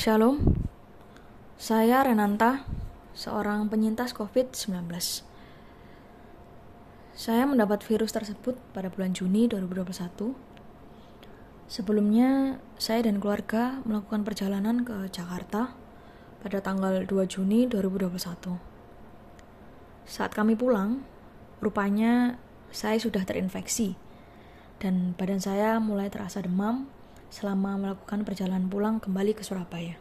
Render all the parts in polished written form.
Shalom, saya Renanta, seorang penyintas COVID-19. Saya mendapat virus tersebut pada bulan Juni 2021. Sebelumnya, saya dan keluarga melakukan perjalanan ke Jakarta pada tanggal 2 Juni 2021. Saat kami pulang, rupanya saya sudah terinfeksi dan badan saya mulai terasa demam selama melakukan perjalanan pulang kembali ke Surabaya.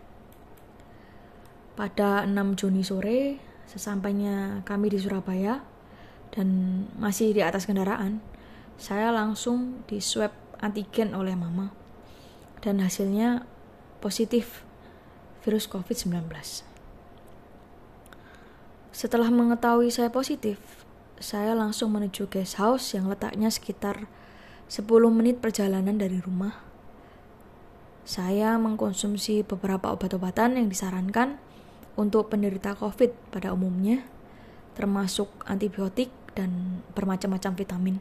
Pada 6 Juni sore, sesampainya kami di Surabaya dan masih di atas kendaraan, saya langsung di swab antigen oleh mama dan hasilnya positif virus COVID-19. Setelah mengetahui saya positif, saya langsung menuju guest house yang letaknya sekitar 10 menit perjalanan dari rumah. Saya mengkonsumsi beberapa obat-obatan yang disarankan untuk penderita COVID pada umumnya, termasuk antibiotik dan bermacam-macam vitamin.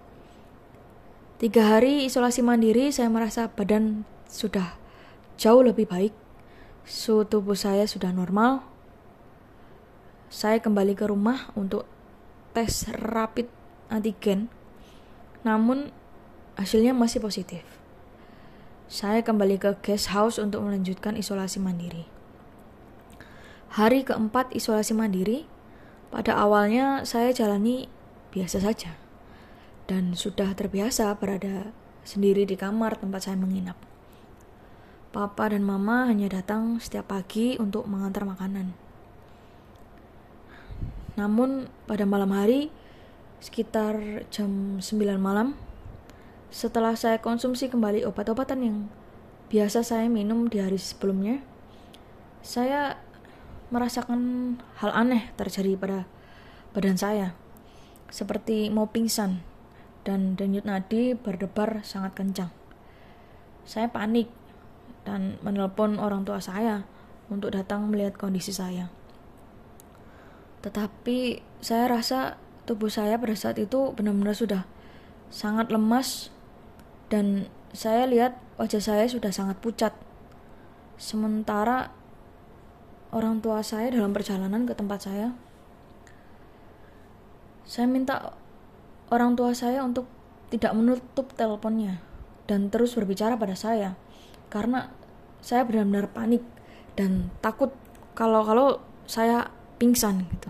3 hari isolasi mandiri, saya merasa badan sudah jauh lebih baik. Suhu tubuh saya sudah normal. Saya kembali ke rumah untuk tes rapid antigen, namun hasilnya masih positif. Saya kembali ke guest house untuk melanjutkan isolasi mandiri. Hari keempat isolasi mandiri, pada awalnya saya jalani biasa saja dan sudah terbiasa berada sendiri di kamar tempat saya menginap. Papa dan mama hanya datang setiap pagi untuk mengantar makanan. Namun pada malam hari, sekitar jam 9 malam, setelah saya konsumsi kembali obat-obatan yang biasa saya minum di hari sebelumnya, saya merasakan hal aneh terjadi pada badan saya, seperti mau pingsan dan denyut nadi berdebar sangat kencang. Saya panik dan menelpon orang tua saya untuk datang melihat kondisi saya. Tetapi saya rasa tubuh saya pada saat itu benar-benar sudah sangat lemas dan saya lihat wajah saya sudah sangat pucat. Sementara orang tua saya dalam perjalanan ke tempat saya minta orang tua saya untuk tidak menutup teleponnya dan terus berbicara pada saya karena saya benar-benar panik dan takut kalau saya pingsan gitu.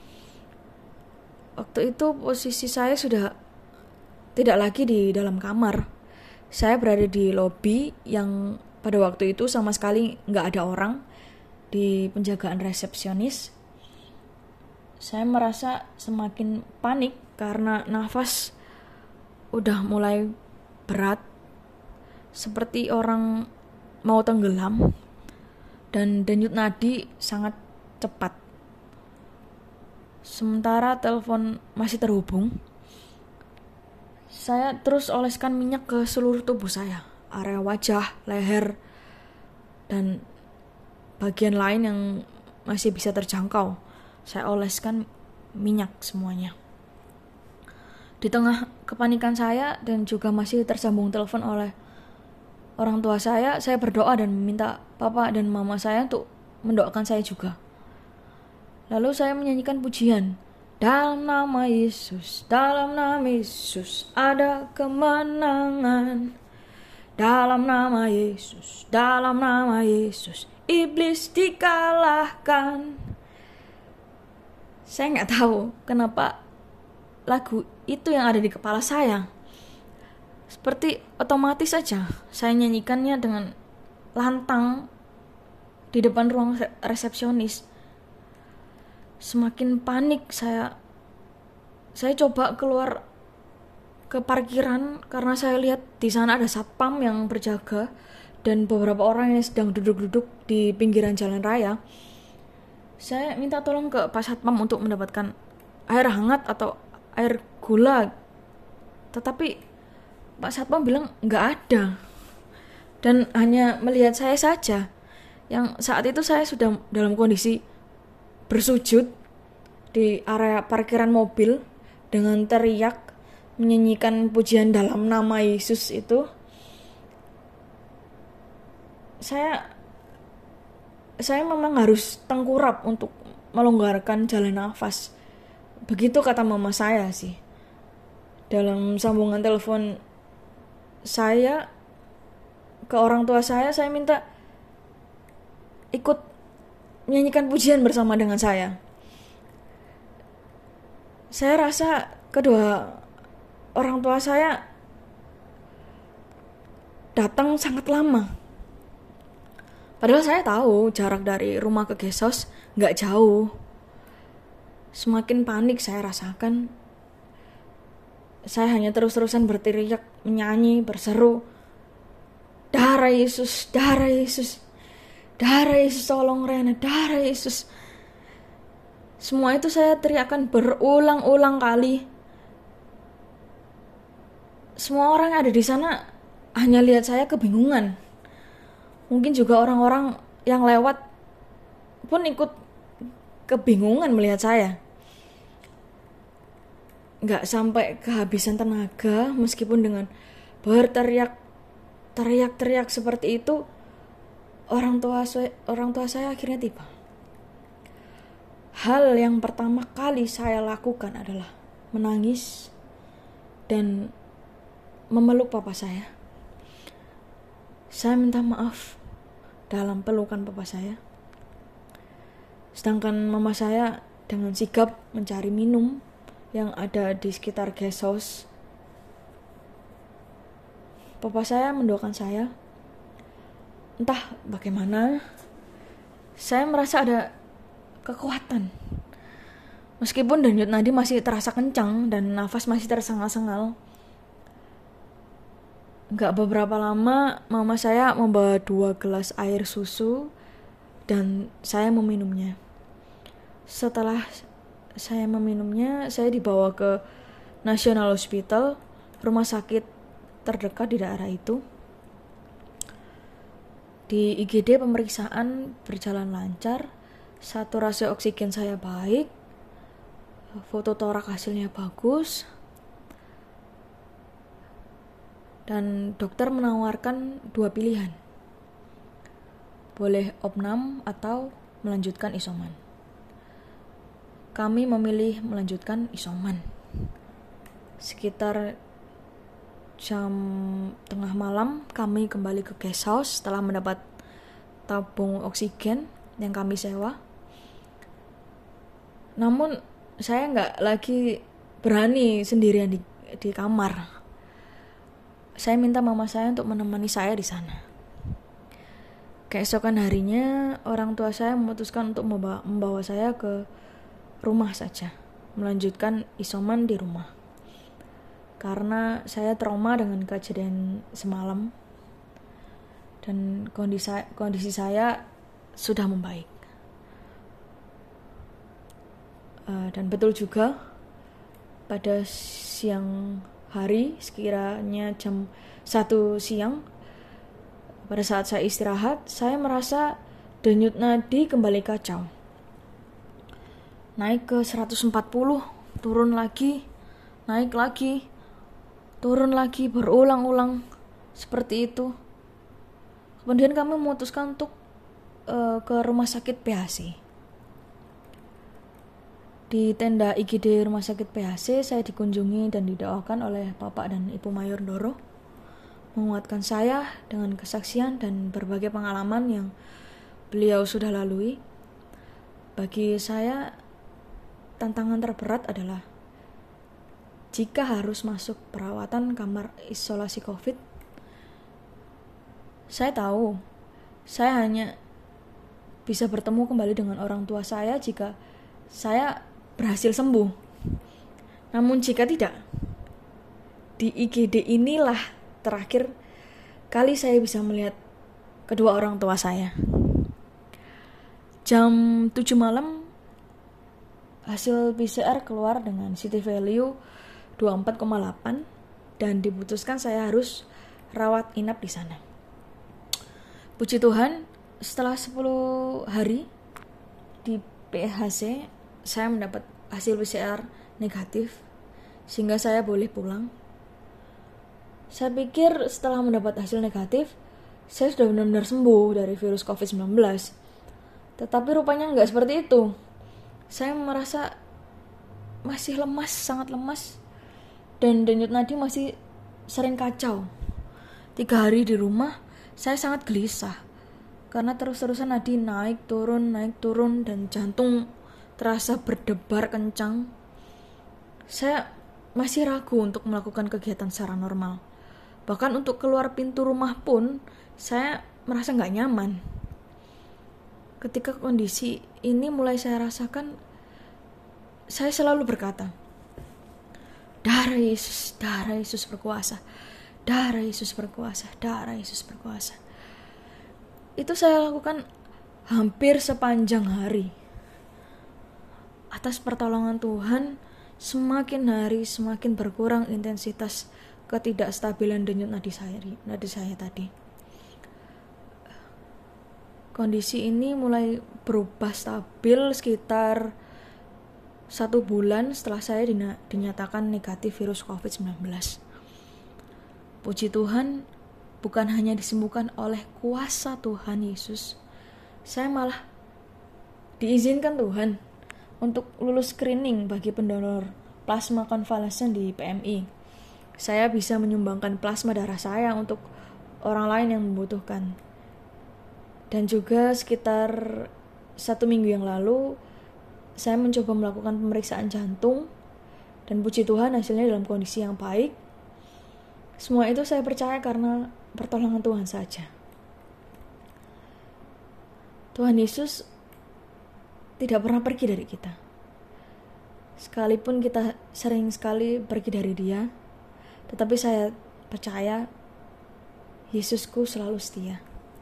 Waktu itu posisi saya sudah tidak lagi di dalam kamar. Saya berada di lobi yang pada waktu itu sama sekali nggak ada orang, di penjagaan resepsionis. Saya merasa semakin panik karena nafas udah mulai berat, seperti orang mau tenggelam, dan denyut nadi sangat cepat. Sementara telepon masih terhubung, saya terus oleskan minyak ke seluruh tubuh saya, area wajah, leher, dan bagian lain yang masih bisa terjangkau. Saya oleskan minyak semuanya. Di tengah kepanikan saya dan juga masih tersambung telepon oleh orang tua saya berdoa dan meminta papa dan mama saya untuk mendoakan saya juga. Lalu saya menyanyikan pujian. Dalam nama Yesus, dalam nama Yesus ada kemenangan. Dalam nama Yesus, dalam nama Yesus iblis dikalahkan. Saya nggak tahu kenapa lagu itu yang ada di kepala saya. Seperti otomatis saja saya nyanyikannya dengan lantang di depan ruang resepsionis. Semakin panik saya coba keluar ke parkiran karena saya lihat di sana ada satpam yang berjaga dan beberapa orang yang sedang duduk-duduk di pinggiran jalan raya. Saya minta tolong ke Pak Satpam untuk mendapatkan air hangat atau air gula. Tetapi Pak Satpam bilang nggak ada dan hanya melihat saya saja. Yang saat itu saya sudah dalam kondisi bersujud di area parkiran mobil dengan teriak menyanyikan pujian dalam nama Yesus itu. Saya saya memang harus tengkurap untuk melonggarkan jalan nafas. Begitu kata mama saya sih. Dalam sambungan telepon saya ke orang tua saya minta ikut menyanyikan pujian bersama dengan saya. Saya rasa kedua orang tua saya datang sangat lama. Padahal saya tahu jarak dari rumah ke guest house gak jauh. Semakin panik saya rasakan. Saya hanya terus-terusan berteriak, menyanyi, berseru, darah Yesus, darah Yesus, darah Yesus, tolong Rena, darah Yesus. Semua itu saya teriakkan berulang-ulang kali. Semua orang yang ada di sana hanya lihat saya kebingungan. Mungkin juga orang-orang yang lewat pun ikut kebingungan melihat saya. Gak sampai kehabisan tenaga, meskipun dengan berteriak seperti itu, orang tua saya akhirnya tiba. Hal yang pertama kali saya lakukan adalah menangis dan memeluk papa saya. Saya minta maaf dalam pelukan papa saya. Sedangkan mama saya dengan sigap mencari minum yang ada di sekitar guest house. Papa saya mendoakan saya. Entah bagaimana, saya merasa ada kekuatan. Meskipun denyut nadi masih terasa kencang dan nafas masih tersengal-sengal. Gak beberapa lama, mama saya membawa 2 gelas air susu dan saya meminumnya. Setelah saya meminumnya, saya dibawa ke National Hospital, rumah sakit terdekat di daerah itu. Di IGD pemeriksaan berjalan lancar, saturasi oksigen saya baik, foto torak hasilnya bagus, dan dokter menawarkan 2 pilihan. Boleh opnam atau melanjutkan isoman. Kami memilih melanjutkan isoman. Sekitar jam tengah malam kami kembali ke guest house setelah mendapat tabung oksigen yang kami sewa. Namun saya gak lagi berani sendirian di kamar. Saya minta mama saya untuk menemani saya di sana. Keesokan harinya, orang tua saya memutuskan untuk membawa saya ke rumah saja, melanjutkan isoman di rumah. Karena saya trauma dengan kejadian semalam dan kondisi saya sudah membaik. Dan betul juga, pada siang hari, sekiranya jam 1 siang, pada saat saya istirahat, saya merasa denyut nadi kembali kacau. Naik ke 140, turun lagi, naik lagi, turun lagi, berulang-ulang seperti itu. Kemudian kami memutuskan untuk ke rumah sakit PHC. Di tenda IGD rumah sakit PHC, saya dikunjungi dan didoakan oleh Bapak dan Ibu Mayor Ndoro, menguatkan saya dengan kesaksian dan berbagai pengalaman yang beliau sudah lalui. Bagi saya, tantangan terberat adalah jika harus masuk perawatan kamar isolasi COVID. Saya tahu saya hanya bisa bertemu kembali dengan orang tua saya jika saya berhasil sembuh. Namun jika tidak, di IGD inilah terakhir kali saya bisa melihat kedua orang tua saya. Jam 7 malam, hasil PCR keluar dengan CT value 24,8 dan diputuskan saya harus rawat inap di sana. Puji Tuhan, setelah 10 hari di PHC, saya mendapat hasil PCR negatif sehingga saya boleh pulang. Saya pikir setelah mendapat hasil negatif, saya sudah benar-benar sembuh dari virus COVID-19. Tetapi rupanya nggak seperti itu. Saya merasa masih lemas, sangat lemas. Dan denyut nadi masih sering kacau. 3 hari di rumah, saya sangat gelisah. Karena terus-terusan nadi naik turun, dan jantung terasa berdebar kencang. Saya masih ragu untuk melakukan kegiatan secara normal. Bahkan untuk keluar pintu rumah pun, saya merasa nggak nyaman. Ketika kondisi ini mulai saya rasakan, saya selalu berkata, darah Yesus berkuasa, darah Yesus berkuasa, darah Yesus berkuasa. Itu saya lakukan hampir sepanjang hari. Atas pertolongan Tuhan, semakin hari semakin berkurang intensitas ketidakstabilan denyut nadi saya tadi. Kondisi ini mulai berubah stabil sekitar 1 bulan setelah saya dinyatakan negatif virus COVID-19. Puji Tuhan, bukan hanya disembuhkan oleh kuasa Tuhan Yesus, saya malah diizinkan Tuhan untuk lulus screening bagi pendonor plasma konvalesen di PMI. Saya bisa menyumbangkan plasma darah saya untuk orang lain yang membutuhkan. Dan juga sekitar 1 minggu yang lalu, saya mencoba melakukan pemeriksaan jantung, dan puji Tuhan hasilnya dalam kondisi yang baik. Semua itu saya percaya karena pertolongan Tuhan saja. Tuhan Yesus tidak pernah pergi dari kita. Sekalipun kita sering sekali pergi dari Dia, tetapi saya percaya Yesusku selalu setia.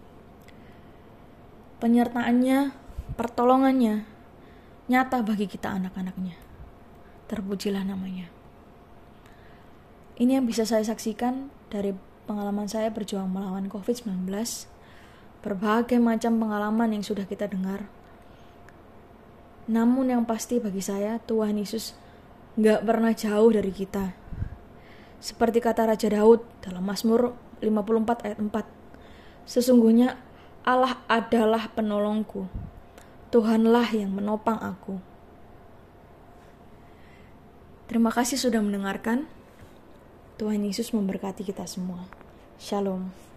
Penyertaannya, pertolongannya nyata bagi kita anak-anaknya. Terpujilah namanya. Ini yang bisa saya saksikan dari pengalaman saya berjuang melawan COVID-19. Berbagai macam pengalaman yang sudah kita dengar. Namun yang pasti bagi saya, Tuhan Yesus gak pernah jauh dari kita. Seperti kata Raja Daud dalam Mazmur 54 ayat 4. Sesungguhnya Allah adalah penolongku. Tuhanlah yang menopang aku. Terima kasih sudah mendengarkan. Tuhan Yesus memberkati kita semua. Shalom.